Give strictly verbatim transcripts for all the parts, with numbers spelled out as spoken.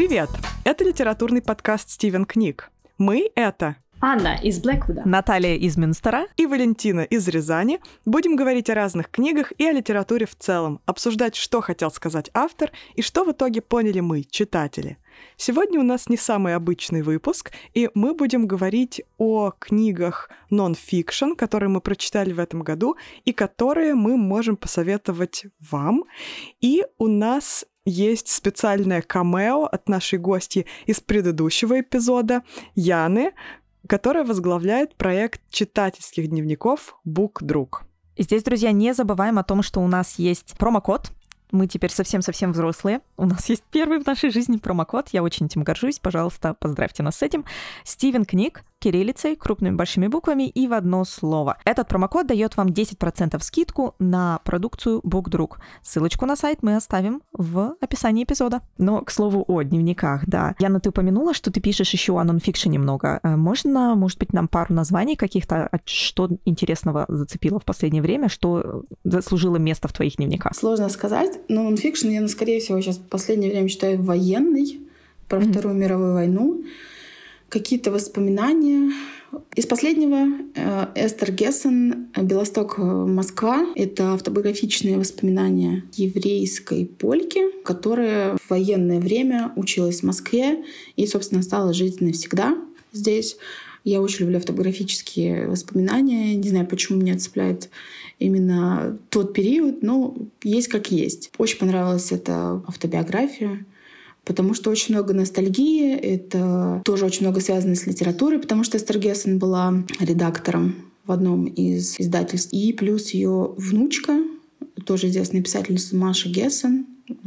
Привет! Это литературный подкаст «Стивен Книг». Мы — это... Анна из Блэквуда, Наталья из Мюнстера и Валентина из Рязани. Будем говорить о разных книгах и о литературе в целом, обсуждать, что хотел сказать автор и что в итоге поняли мы, читатели. Сегодня у нас не самый обычный выпуск, и мы будем говорить о книгах нон-фикшн, которые мы прочитали в этом году и которые мы можем посоветовать вам. И у нас есть специальное камео от нашей гости из предыдущего эпизода, Яны, которая возглавляет проект читательских дневников «Бук-друг». И здесь, друзья, не забываем о том, что у нас есть промокод. Мы теперь совсем-совсем взрослые. У нас есть первый в нашей жизни промокод. Я очень этим горжусь. Пожалуйста, поздравьте нас с этим. Стивен Книг, кириллицей, крупными большими буквами и в одно слово. Этот промокод дает вам десять процентов скидку на продукцию Бук-друг. Ссылочку на сайт мы оставим в описании эпизода. Но, к слову, о дневниках, да. Яна, ты упомянула, что ты пишешь еще о нонфикшене много. Можно, может быть, нам пару названий каких-то, что интересного зацепило в последнее время, что заслужило место в твоих дневниках? Сложно сказать. Но нонфикшн я, скорее всего, сейчас в последнее время читаю военный, про mm-hmm. Вторую мировую войну. Какие-то воспоминания. Из последнего Эстер Гессен «Белосток, Москва». Это автобиографичные воспоминания еврейской польки, которая в военное время училась в Москве и, собственно, стала жить навсегда здесь. Я очень люблю автобиографические воспоминания. Не знаю, почему меня цепляет именно тот период, но есть как есть. Очень понравилась эта автобиография, потому что очень много ностальгии. Это тоже очень много связано с литературой, потому что Эстер Гессен была редактором в одном из издательств. И плюс ее внучка, тоже известная писательница Маша Гессен,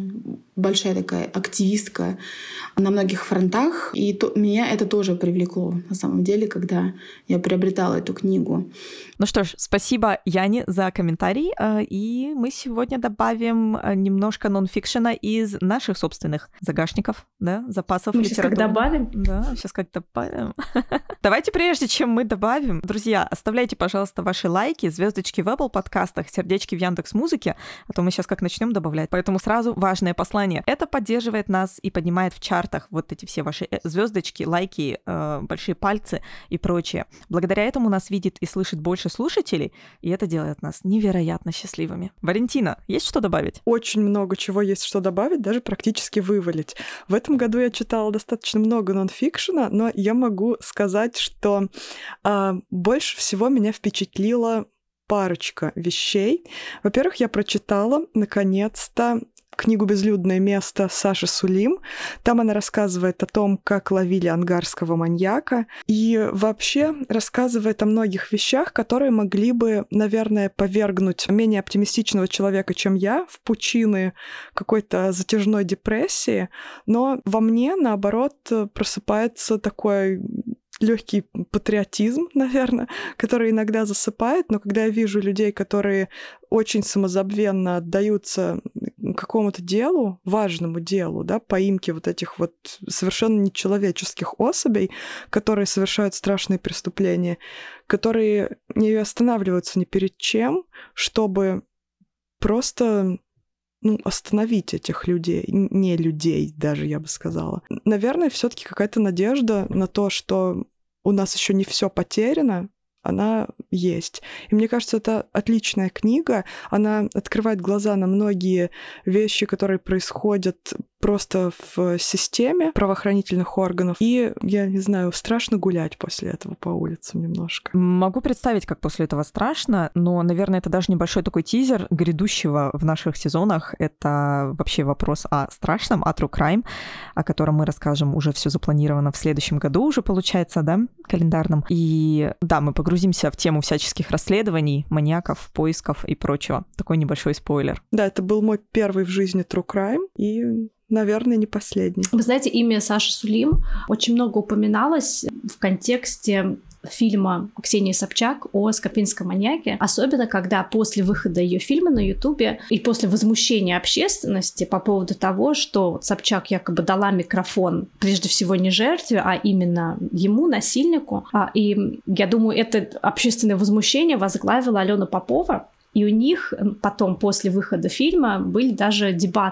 большая такая активистка на многих фронтах. И то, меня это тоже привлекло, на самом деле, когда я приобретала эту книгу. Ну что ж, спасибо Яне за комментарий. И мы сегодня добавим немножко нонфикшена из наших собственных загашников, да, запасов мы литературы. Сейчас как добавим? Да, сейчас как добавим. Давайте, прежде чем мы добавим, друзья, оставляйте, пожалуйста, ваши лайки, звездочки в Apple подкастах, сердечки в Яндекс.Музыке, а то мы сейчас как начнем добавлять. Поэтому сразу важное послание. Это поддерживает нас и поднимает в чартах вот эти все ваши звездочки, лайки, э, большие пальцы и прочее. Благодаря этому нас видит и слышит больше слушателей, и это делает нас невероятно счастливыми. Валентина, есть что добавить? Очень много чего есть что добавить, даже практически вывалить. В этом году я читала достаточно много нонфикшена, но я могу сказать, что э, больше всего меня впечатлила парочка вещей. Во-первых, я прочитала, наконец-то, книгу «Безлюдное место» Саши Сулим. Там она рассказывает о том, как ловили ангарского маньяка, и вообще рассказывает о многих вещах, которые могли бы, наверное, повергнуть менее оптимистичного человека, чем я, в пучины какой-то затяжной депрессии. Но во мне, наоборот, просыпается такой легкий патриотизм, наверное, который иногда засыпает, но когда я вижу людей, которые очень самозабвенно отдаются какому-то делу, важному делу, да, поимке вот этих вот совершенно нечеловеческих особей, которые совершают страшные преступления, которые не останавливаются ни перед чем, чтобы просто... ну, остановить этих людей, не людей даже, я бы сказала. Наверное, все-таки какая-то надежда на то, что у нас еще не все потеряно, она есть. И мне кажется, это отличная книга. Она открывает глаза на многие вещи, которые происходят просто в системе правоохранительных органов. И, я не знаю, страшно гулять после этого по улицам немножко. Могу представить, как после этого страшно, но, наверное, это даже небольшой такой тизер грядущего в наших сезонах. Это вообще вопрос о страшном, о True Crime, о котором мы расскажем. Уже все запланировано в следующем году уже, получается, да, календарном. И да, мы погрузимся в тему всяческих расследований, маньяков, поисков и прочего. Такой небольшой спойлер. Да, это был мой первый в жизни True Crime, и... наверное, не последний. Вы знаете, имя Саши Сулим очень много упоминалось в контексте фильма Ксении Собчак о скопинском маньяке, особенно когда после выхода ее фильма на Ютубе и после возмущения общественности по поводу того, что Собчак якобы дала микрофон прежде всего не жертве, а именно ему, насильнику. И я думаю, это общественное возмущение возглавила Алена Попова, и у них потом, после выхода фильма, были даже дебаты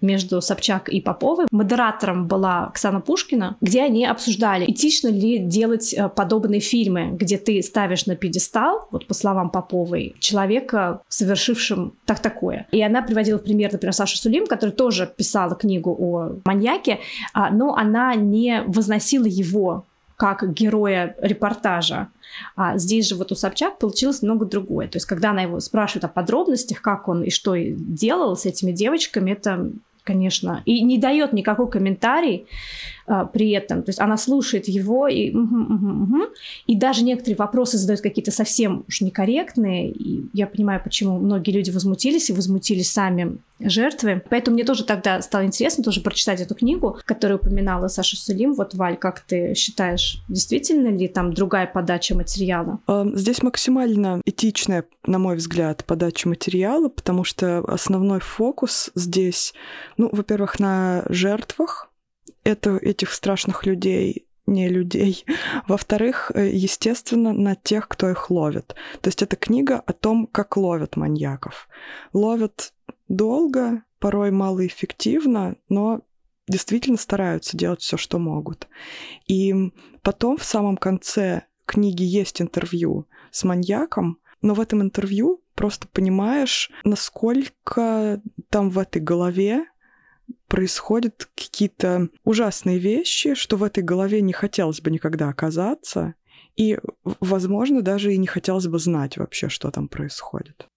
между Собчак и Поповой. Модератором была Оксана Пушкина, где они обсуждали, этично ли делать подобные фильмы, где ты ставишь на пьедестал, вот по словам Поповой, человека, совершившим так такое. И она приводила в пример, например, Сашу Сулим, которая тоже писала книгу о маньяке, но она не возносила его как героя репортажа. А здесь же вот у Собчак получилось много другое. То есть, когда она его спрашивает о подробностях, как он и что делал с этими девочками, это, конечно, и не дает никакой комментарий а, при этом. То есть она слушает его и, угу, угу, угу. И даже некоторые вопросы задают какие-то совсем уж некорректные. И я понимаю, почему многие люди возмутились и возмутились сами жертвы. Поэтому мне тоже тогда стало интересно тоже прочитать эту книгу, которую упоминала Саша Сулим. Вот, Валь, как ты считаешь, действительно ли там другая подача материала? Здесь максимально этичная, на мой взгляд, подача материала, потому что основной фокус здесь, ну, во-первых, на жертвах это, этих страшных людей, не людей. Во-вторых, естественно, на тех, кто их ловит. То есть это книга о том, как ловят маньяков. Ловят долго, порой малоэффективно, но действительно стараются делать все, что могут. И потом в самом конце книги есть интервью с маньяком, но в этом интервью просто понимаешь, насколько там в этой голове происходят какие-то ужасные вещи, что в этой голове не хотелось бы никогда оказаться, и, возможно, даже и не хотелось бы знать вообще, что там происходит.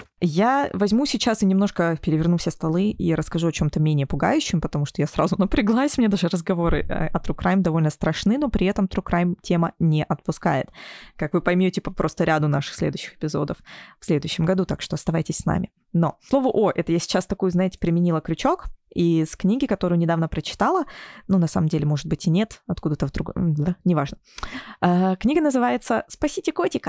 Я возьму сейчас и немножко переверну все столы и расскажу о чем-то менее пугающем, потому что я сразу напряглась, мне даже разговоры о True Crime довольно страшны, но при этом True Crime тема не отпускает. Как вы поймете по просто ряду наших следующих эпизодов в следующем году, так что оставайтесь с нами. Но слово «о» — это я сейчас такую, знаете, применила крючок из книги, которую недавно прочитала, ну, на самом деле, может быть, и нет, откуда-то в другом, да, неважно. А, книга называется «Спасите котика».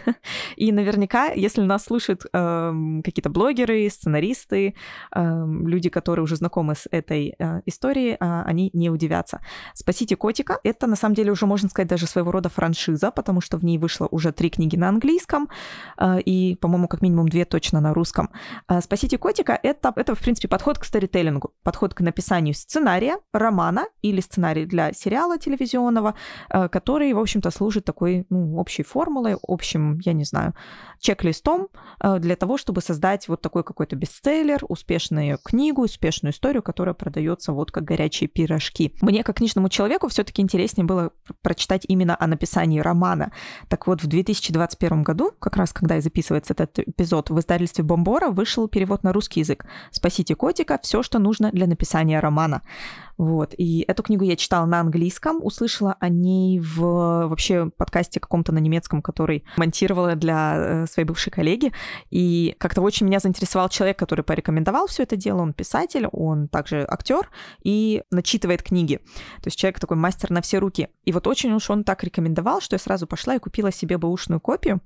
И наверняка, если нас слушают э, какие-то блогеры, сценаристы, э, люди, которые уже знакомы с этой э, историей, э, они не удивятся. «Спасите котика» — это, на самом деле, уже, можно сказать, даже своего рода франшиза, потому что в ней вышло уже три книги на английском э, и, по-моему, как минимум две точно на русском. Э, «Спасите котика» — это, это, в принципе, подход к сторителлингу, подход к написанию сценария, романа или сценария для сериала телевизионного, который, в общем-то, служит такой, ну, общей формулой, общим, я не знаю, чек-листом для того, чтобы создать вот такой какой-то бестселлер, успешную книгу, успешную историю, которая продается вот как горячие пирожки. Мне, как книжному человеку, все-таки интереснее было прочитать именно о написании романа. Так вот, в две тысячи двадцать первом году, как раз когда и записывается этот эпизод, в издательстве Бомбора вышел перевод на русский язык «Спасите котика. Все, что нужно для написания романа». Вот. И эту книгу я читала на английском, услышала о ней в вообще подкасте каком-то на немецком, который монтировала для своей бывшей коллеги. И как-то очень меня заинтересовал человек, который порекомендовал все это дело. Он писатель, он также актер и начитывает книги. То есть человек такой мастер на все руки. И вот очень уж он так рекомендовал, что я сразу пошла и купила себе бэушную копию.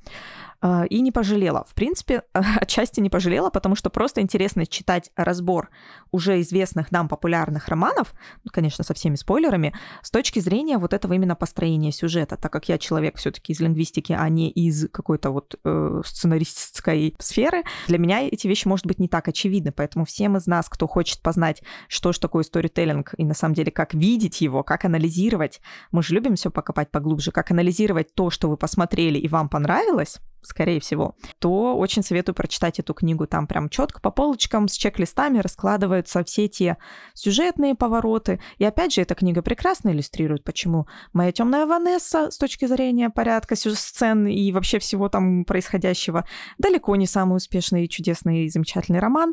И не пожалела. В принципе, отчасти не пожалела, потому что просто интересно читать разбор уже известных нам популярных романов, ну, конечно, со всеми спойлерами, с точки зрения вот этого именно построения сюжета, так как я человек все-таки из лингвистики, а не из какой-то вот э, сценаристской сферы. Для меня эти вещи, может быть, не так очевидны, поэтому всем из нас, кто хочет познать, что же такое сторителлинг и на самом деле как видеть его, как анализировать, мы же любим все покопать поглубже, как анализировать то, что вы посмотрели и вам понравилось, скорее всего, то очень советую прочитать эту книгу. Там прям четко по полочкам с чек-листами раскладываются все те сюжетные повороты. И опять же, эта книга прекрасно иллюстрирует, почему «Моя темная Ванесса» с точки зрения порядка сцен и вообще всего там происходящего далеко не самый успешный, чудесный и замечательный роман.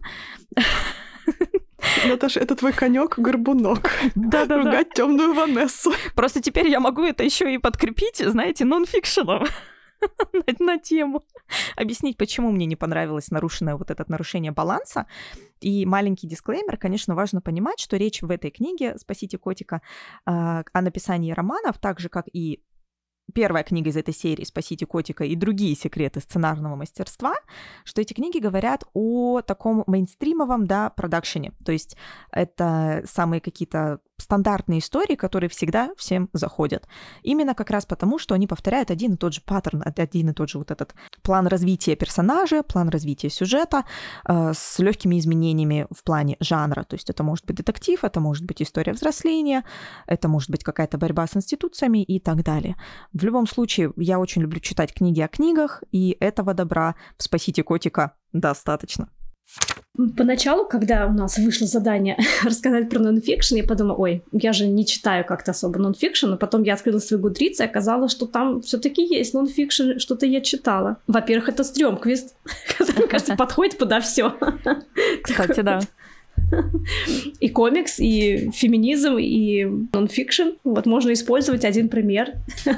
Наташа, это твой конек горбунок. Да-да-да. Ругать темную Ванессу. Просто теперь я могу это еще и подкрепить, знаете, нон-фикшеном. На, на тему. Объяснить, почему мне не понравилось нарушенное вот это нарушение баланса. И маленький дисклеймер, конечно, важно понимать, что речь в этой книге «Спасите котика» о написании романов, так же, как и первая книга из этой серии «Спасите котика» и другие секреты сценарного мастерства, что эти книги говорят о таком мейнстримовом, да, продакшене. То есть это самые какие-то стандартные истории, которые всегда всем заходят. Именно как раз потому, что они повторяют один и тот же паттерн, один и тот же вот этот план развития персонажа, план развития сюжета э, с легкими изменениями в плане жанра. То есть это может быть детектив, это может быть история взросления, это может быть какая-то борьба с институциями и так далее. В любом случае, я очень люблю читать книги о книгах, и этого добра в «Спасите котика» достаточно. Поначалу, когда у нас вышло задание рассказать про нонфикшн, я подумала, ой, я же не читаю как-то особо нонфикшн, но потом я открыла свой Goodreads, и оказалось, что там все-таки есть нонфикшн, что-то я читала. Во-первых, это стрёмквист, который, мне кажется, подходит подо все. Кстати, да. И комикс, и феминизм, и нонфикшн. Вот можно использовать один пример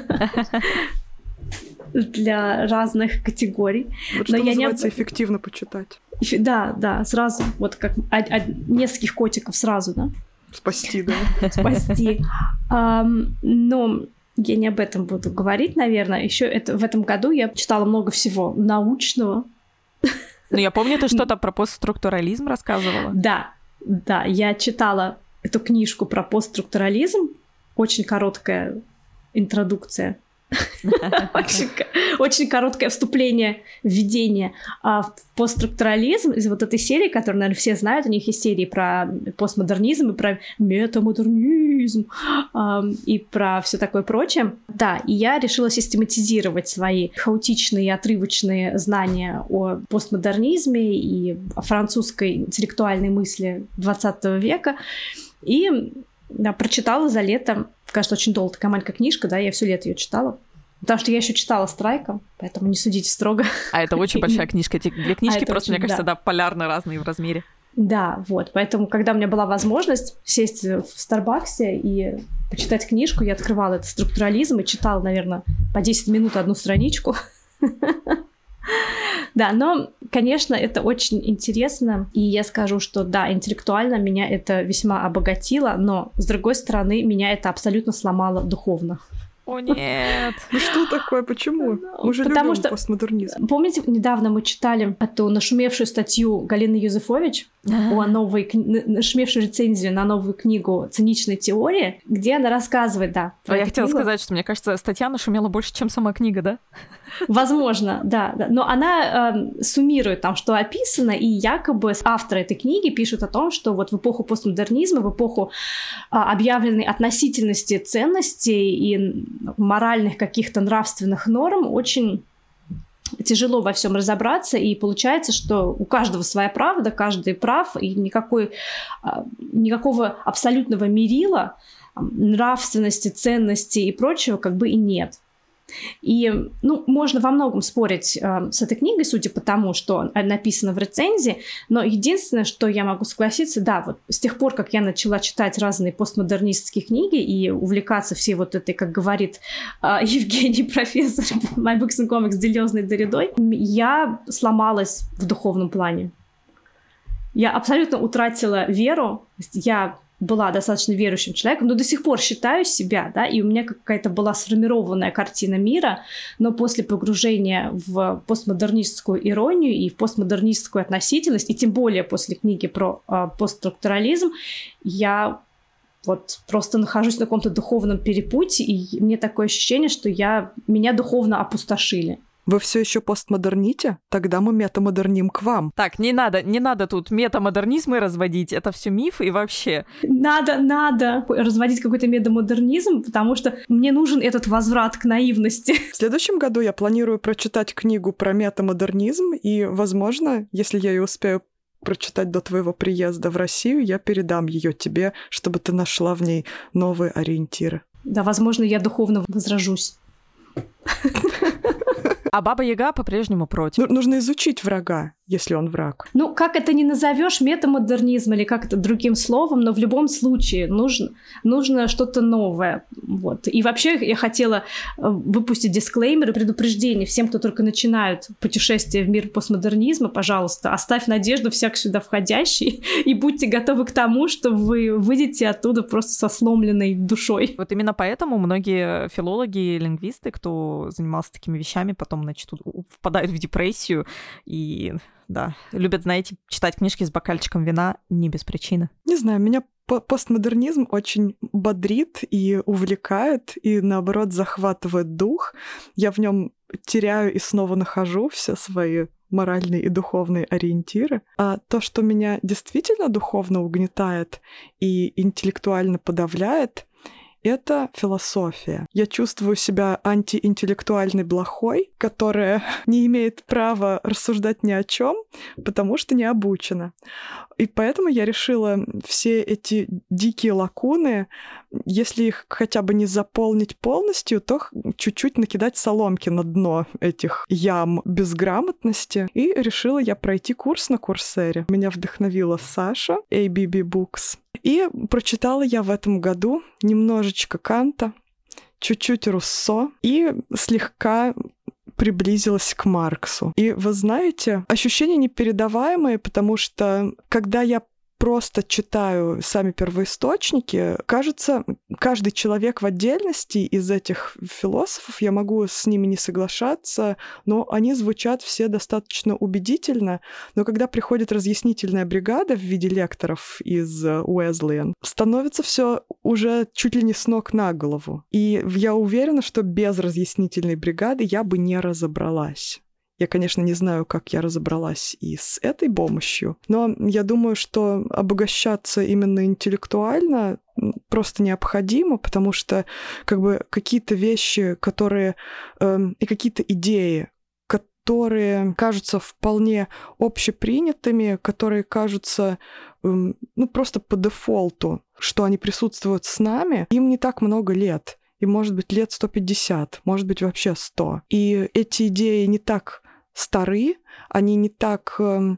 для разных категорий. Вот что называется эффективно почитать. Да, да, сразу, вот как от, от нескольких котиков сразу, да? Спасти, да. Спасти. Um, но я не об этом буду говорить, наверное. Еще это, в этом году я читала много всего научного. Ну, я помню, ты что-то про постструктурализм рассказывала. Да, да, я читала эту книжку про постструктурализм. Очень короткая интродукция. Очень, очень короткое вступление, введение а, в постструктурализм из вот этой серии, которую, наверное, все знают. У них есть серии про постмодернизм и про метамодернизм а, и про все такое прочее. Да, и я решила систематизировать свои хаотичные и отрывочные знания о постмодернизме и о французской интеллектуальной мысли двадцатого века. И да, прочитала за лето. Кажется, очень долго такая маленькая книжка, да, я все лето ее читала. Потому что я еще читала Страйка, поэтому не судите строго. А это очень большая книжка. Две книжки а просто, очень, мне кажется, да. да, полярно разные в размере. Да, вот. Поэтому, когда у меня была возможность сесть в Старбаксе и почитать книжку, я открывала этот структурализм и читала, наверное, по десять минут одну страничку. Да, но, конечно, это очень интересно, и я скажу, что да, интеллектуально меня это весьма обогатило, но, с другой стороны, меня это абсолютно сломало духовно. О, нет! Ну что такое? Почему? Мы же Потому любим что, постмодернизм. Помните, недавно мы читали эту нашумевшую статью Галины Юзефович о новой, нашумевшую рецензию на новую книгу «Циничная теория», где она рассказывает, да. А я хотела книгу. сказать, что, мне кажется, статья нашумела больше, чем сама книга, да? Возможно, да, да. Но она э, суммирует там, что описано, и якобы авторы этой книги пишут о том, что вот в эпоху постмодернизма, в эпоху э, объявленной относительности ценностей и моральных каких-то нравственных норм очень тяжело во всем разобраться, и получается, что у каждого своя правда, каждый прав, и никакой, э, никакого абсолютного мерила нравственности, ценности и прочего как бы и нет. И, ну, можно во многом спорить э, с этой книгой, судя по тому, что написано в рецензии, но единственное, что я могу согласиться, да, вот с тех пор, как я начала читать разные постмодернистские книги и увлекаться всей вот этой, как говорит э, Евгений, профессор My Books and Comics, делёзной Доридой, я сломалась в духовном плане. Я абсолютно утратила веру, я была достаточно верующим человеком, но до сих пор считаю себя, да, и у меня какая-то была сформированная картина мира, но после погружения в постмодернистскую иронию и в постмодернистскую относительность, и тем более после книги про э, постструктурализм, я вот просто нахожусь на каком-то духовном перепутье, и мне такое ощущение, что я, меня духовно опустошили. Вы все еще постмодерните? Тогда мы метамодерним к вам. Так, не надо, не надо тут метамодернизмы разводить. Это все миф и вообще. Надо, надо разводить какой-то метамодернизм, потому что мне нужен этот возврат к наивности. В следующем году я планирую прочитать книгу про метамодернизм, и, возможно, если я ее успею прочитать до твоего приезда в Россию, я передам ее тебе, чтобы ты нашла в ней новые ориентиры. Да, возможно, я духовно возражусь. А Баба-Яга по-прежнему против. Ну, нужно изучить врага, если он враг. Ну, как это ни назовешь, метамодернизм или как это другим словом, но в любом случае нужно, нужно что-то новое. Вот. И вообще я хотела выпустить дисклеймер и предупреждение всем, кто только начинают путешествие в мир постмодернизма. Пожалуйста, оставь надежду всяк сюда входящий и будьте готовы к тому, что вы выйдете оттуда просто со сломленной душой. Вот именно поэтому многие филологи и лингвисты, кто занимался такими вещами, потом, значит, впадают в депрессию и, да, любят, знаете, читать книжки с бокальчиком вина не без причины. Не знаю, меня постмодернизм очень бодрит и увлекает, и, наоборот, захватывает дух. Я в нем теряю и снова нахожу все свои моральные и духовные ориентиры. А то, что меня действительно духовно угнетает и интеллектуально подавляет, это философия. Я чувствую себя антиинтеллектуальной блохой, которая не имеет права рассуждать ни о чем, потому что не обучена. И поэтому я решила все эти дикие лакуны, если их хотя бы не заполнить полностью, то чуть-чуть накидать соломки на дно этих ям безграмотности. И решила я пройти курс на Курсере. Меня вдохновила Саша, эй би би Books. И прочитала я в этом году немножечко Канта, чуть-чуть Руссо и слегка приблизилась к Марксу. И вы знаете, ощущения непередаваемые, потому что когда я просто читаю сами первоисточники, кажется, каждый человек в отдельности из этих философов, я могу с ними не соглашаться, но они звучат все достаточно убедительно. Но когда приходит разъяснительная бригада в виде лекторов из Уэзлиен, становится все уже чуть ли не с ног на голову. И я уверена, что без разъяснительной бригады я бы не разобралась. Я, конечно, не знаю, как я разобралась и с этой помощью, но я думаю, что обогащаться именно интеллектуально просто необходимо, потому что как бы какие-то вещи, которые э, и какие-то идеи, которые кажутся вполне общепринятыми, которые кажутся э, ну, просто по дефолту, что они присутствуют с нами, им не так много лет. И, может быть, лет сто пятьдесят, может быть, вообще сто. И эти идеи не так стары, они не так э,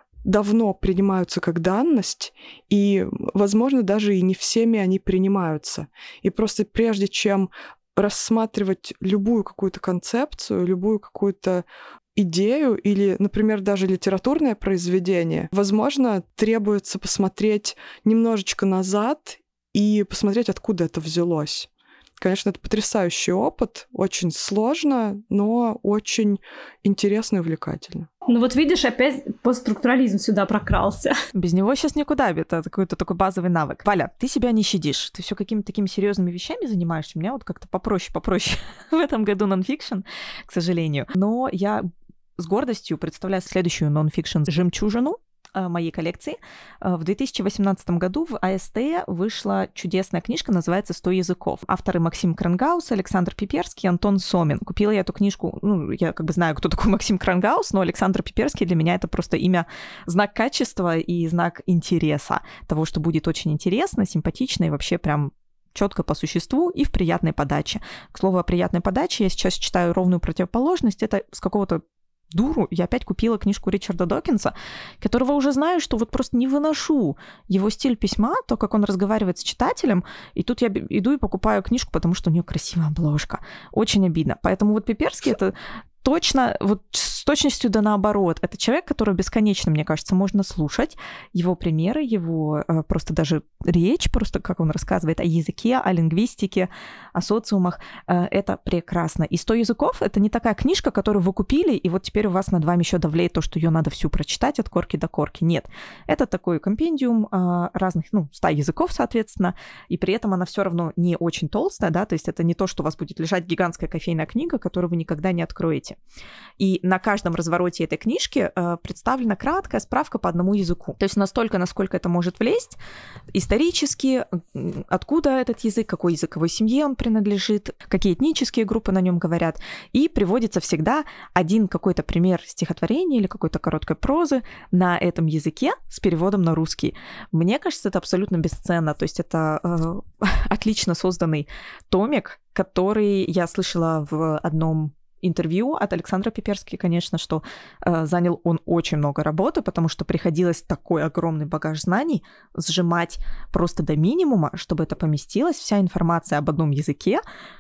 давно принимаются как данность, и, возможно, даже и не всеми они принимаются. И просто прежде чем рассматривать любую какую-то концепцию, любую какую-то идею или, например, даже литературное произведение, возможно, требуется посмотреть немножечко назад и посмотреть, откуда это взялось. Конечно, это потрясающий опыт, очень сложно, но очень интересно и увлекательно. Ну вот видишь, опять постструктурализм сюда прокрался. Без него сейчас никуда, это какой-то такой базовый навык. Валя, ты себя не щадишь, ты все какими-то такими серьезными вещами занимаешься. У меня вот как-то попроще, попроще в этом году нонфикшн, к сожалению. Но я с гордостью представляю следующую нонфикшн жемчужину моей коллекции. В две тысячи восемнадцатом году в а эс тэ вышла чудесная книжка, называется «сто языков». Авторы Максим Крангаус, Александр Пиперский, Антон Сомин. Купила я эту книжку, ну, я как бы знаю, кто такой Максим Крангаус, но Александр Пиперский для меня это просто имя, знак качества и знак интереса. Того, что будет очень интересно, симпатично и вообще прям четко по существу и в приятной подаче. К слову о приятной подаче, я сейчас читаю ровную противоположность. Это с какого-то дуру я опять купила книжку Ричарда Докинса, которого уже знаю, что вот просто не выношу его стиль письма, то, как он разговаривает с читателем, и тут я иду и покупаю книжку, потому что у нее красивая обложка. Очень обидно. Поэтому вот Пиперский — это точно, вот с точностью да наоборот. Это человек, которого бесконечно, мне кажется, можно слушать. Его примеры, его э, просто даже речь, просто как он рассказывает о языке, о лингвистике, о социумах. Э, это прекрасно. И «сто языков» — это не такая книжка, которую вы купили, и вот теперь у вас над вами еще давлеет то, что ее надо всю прочитать от корки до корки. Нет. Это такой компендиум э, разных, ну, ста языков, соответственно, и при этом она все равно не очень толстая, да, то есть это не то, что у вас будет лежать гигантская кофейная книга, которую вы никогда не откроете. И на каждом развороте этой книжки э, представлена краткая справка по одному языку. То есть настолько, насколько это может влезть, исторически, откуда этот язык, какой языковой семье он принадлежит, какие этнические группы на нем говорят. И приводится всегда один какой-то пример стихотворения или какой-то короткой прозы на этом языке с переводом на русский. Мне кажется, это абсолютно бесценно. То есть это э, отлично созданный томик, который я слышала в одном интервью от Александра Пиперски, конечно, что э, занял он очень много работы, потому что приходилось такой огромный багаж знаний сжимать просто до минимума, чтобы это поместилось, вся информация об одном языке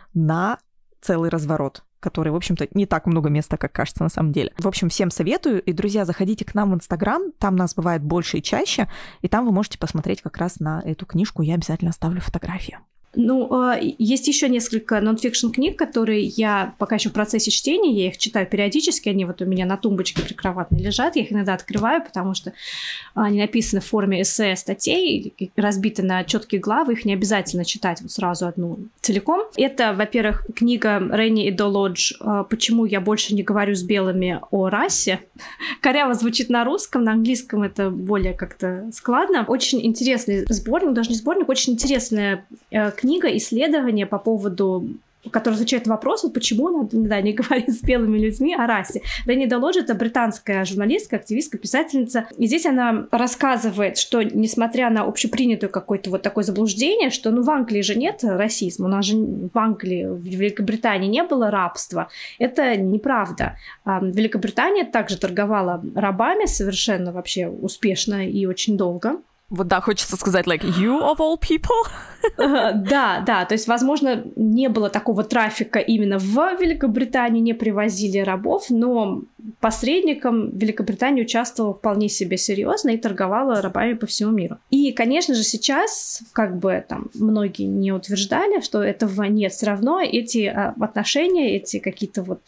на целый разворот, который, в общем-то, не так много места, как кажется на самом деле. В общем, всем советую. И, друзья, заходите к нам в Инстаграм, там нас бывает больше и чаще, и там вы можете посмотреть как раз на эту книжку, я обязательно оставлю фотографию. Ну, есть еще несколько нон-фикшн книг, которые я пока еще в процессе чтения, я их читаю периодически, они вот у меня на тумбочке прикроватной лежат, я их иногда открываю, потому что они написаны в форме эссе, статей, разбиты на четкие главы, их не обязательно читать вот сразу одну целиком. Это, во-первых, книга Ренни Эдо Лодж «Почему я больше не говорю с белыми о расе». Коряво звучит на русском, на английском это более как-то складно. Очень интересный сборник, даже не сборник, очень интересная книга, исследование по поводу, которое отвечает на вопрос, вот почему надо да, не говорить с белыми людьми о расе. Ренни Эдо Лодж — это британская журналистка, активистка, писательница. И здесь она рассказывает, что несмотря на общепринятое какое-то вот такое заблуждение, что ну в Англии же нет расизма, у нас же в Англии, в Великобритании не было рабства. Это неправда. Великобритания также торговала рабами совершенно вообще успешно и очень долго. Вот да, хочется сказать, like, you of all people? Да, да, то есть, возможно, не было такого трафика именно в Великобритании, не привозили рабов, но посредником Великобритания участвовала вполне себе серьезно и торговала рабами по всему миру. И, конечно же, сейчас, как бы там многие не утверждали, что этого нет, все равно эти отношения, эти какие-то вот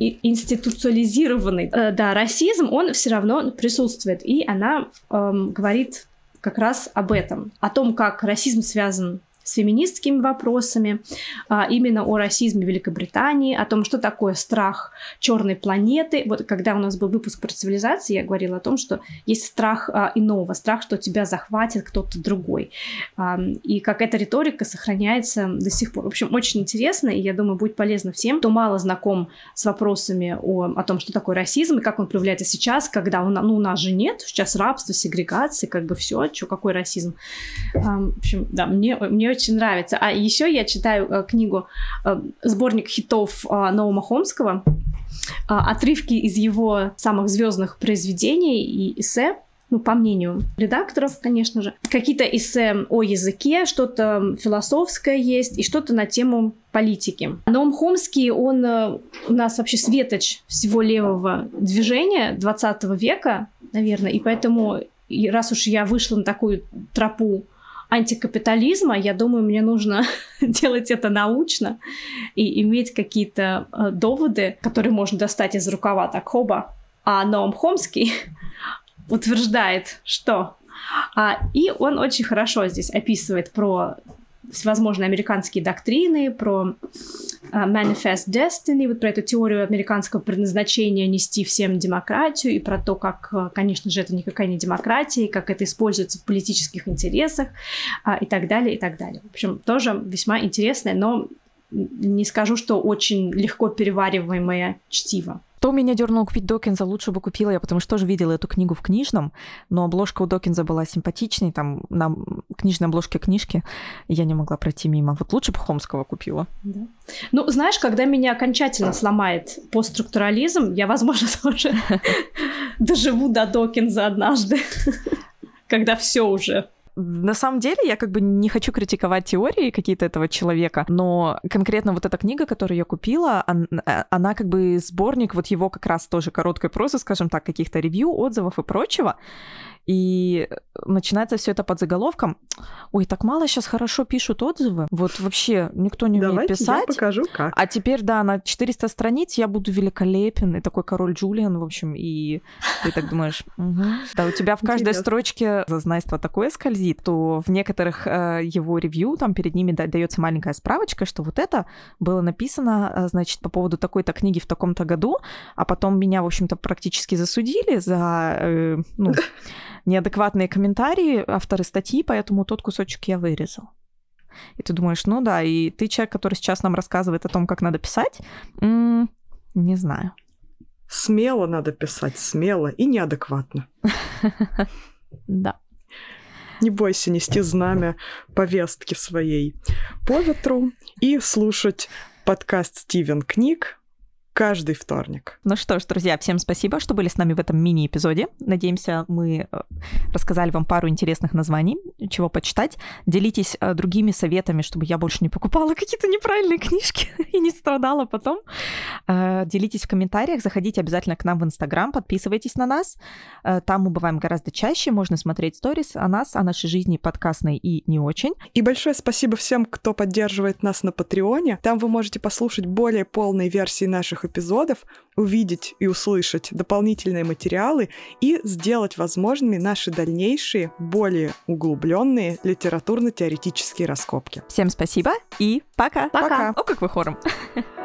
институциализированный, да, расизм, он все равно присутствует. И она эм, говорит как раз об этом, о том, как расизм связан с феминистскими вопросами, а, именно о расизме в Великобритании, о том, что такое страх черной планеты. Вот когда у нас был выпуск про цивилизации, я говорила о том, что есть страх а, иного, страх, что тебя захватит кто-то другой. А, и как эта риторика сохраняется до сих пор. В общем, очень интересно, и я думаю, будет полезно всем, кто мало знаком с вопросами о, о том, что такое расизм, и как он проявляется сейчас, когда у, ну, у нас же нет, сейчас рабство, сегрегация, как бы все, что, какой расизм. А, в общем, да, мне, мне очень нравится. А еще я читаю э, книгу, э, сборник хитов э, Ноама Хомского, э, отрывки из его самых звездных произведений и эссе, ну, по мнению редакторов, конечно же. Какие-то эссе о языке, что-то философское есть и что-то на тему политики. Ноам Хомский, он э, у нас вообще светоч всего левого движения двадцатого века, наверное, и поэтому, и раз уж я вышла на такую тропу антикапитализма, я думаю, мне нужно делать это научно и иметь какие-то э, доводы, которые можно достать из рукава, так, хоба. А Ноам Хомский утверждает, что... А, и он очень хорошо здесь описывает про всевозможные американские доктрины, про uh, Manifest Destiny, вот про эту теорию американского предназначения нести всем демократию, и про то, как, конечно же, это никакая не демократия, и как это используется в политических интересах, uh, и так далее, и так далее. В общем, тоже весьма интересное, но не скажу, что очень легко перевариваемое чтиво. Что меня дернуло купить Докинза, лучше бы купила я, потому что тоже видела эту книгу в книжном, но обложка у Докинза была симпатичной, там на книжной обложке книжки я не могла пройти мимо. Вот лучше бы Хомского купила. Да. Ну, знаешь, когда меня окончательно сломает постструктурализм, я, возможно, тоже доживу до Докинза однажды, когда все уже... На самом деле, я как бы не хочу критиковать теории какие-то этого человека, но конкретно вот эта книга, которую я купила, она, она как бы сборник вот его как раз тоже короткой прозы, скажем так, каких-то ревью, отзывов и прочего. И начинается все это под заголовком: ой, так мало сейчас хорошо пишут отзывы. Вот вообще никто не умеет Давайте писать. Я покажу, как. А теперь, да, на четыреста страниц я буду великолепен, и такой король Джулиан, в общем, и ты так думаешь, да, у тебя в каждой строчке зазнайство такое скользит, то в некоторых его ревью там перед ними дается маленькая справочка, что вот это было написано, значит, по поводу такой-то книги в таком-то году, а потом меня, в общем-то, практически засудили за, ну, неадекватные комментарии, авторы статьи, поэтому тот кусочек я вырезал. И ты думаешь, ну да, и ты человек, который сейчас нам рассказывает о том, как надо писать, м-м, не знаю. Смело надо писать, смело и неадекватно. Да. Не бойся нести знамя повестки своей по ветру и слушать подкаст «Стивен Книг». каждый вторник. Ну что ж, друзья, всем спасибо, что были с нами в этом мини-эпизоде. Надеемся, мы рассказали вам пару интересных названий, чего почитать. Делитесь другими советами, чтобы я больше не покупала какие-то неправильные книжки и не страдала потом. Делитесь в комментариях, заходите обязательно к нам в Инстаграм, подписывайтесь на нас. Там мы бываем гораздо чаще, можно смотреть сторис о нас, о нашей жизни подкастной и не очень. И большое спасибо всем, кто поддерживает нас на Патреоне. Там вы можете послушать более полные версии наших эпизодов, увидеть и услышать дополнительные материалы и сделать возможными наши дальнейшие, более углубленные литературно-теоретические раскопки. Всем спасибо и пока! Пока! О, как вы хором!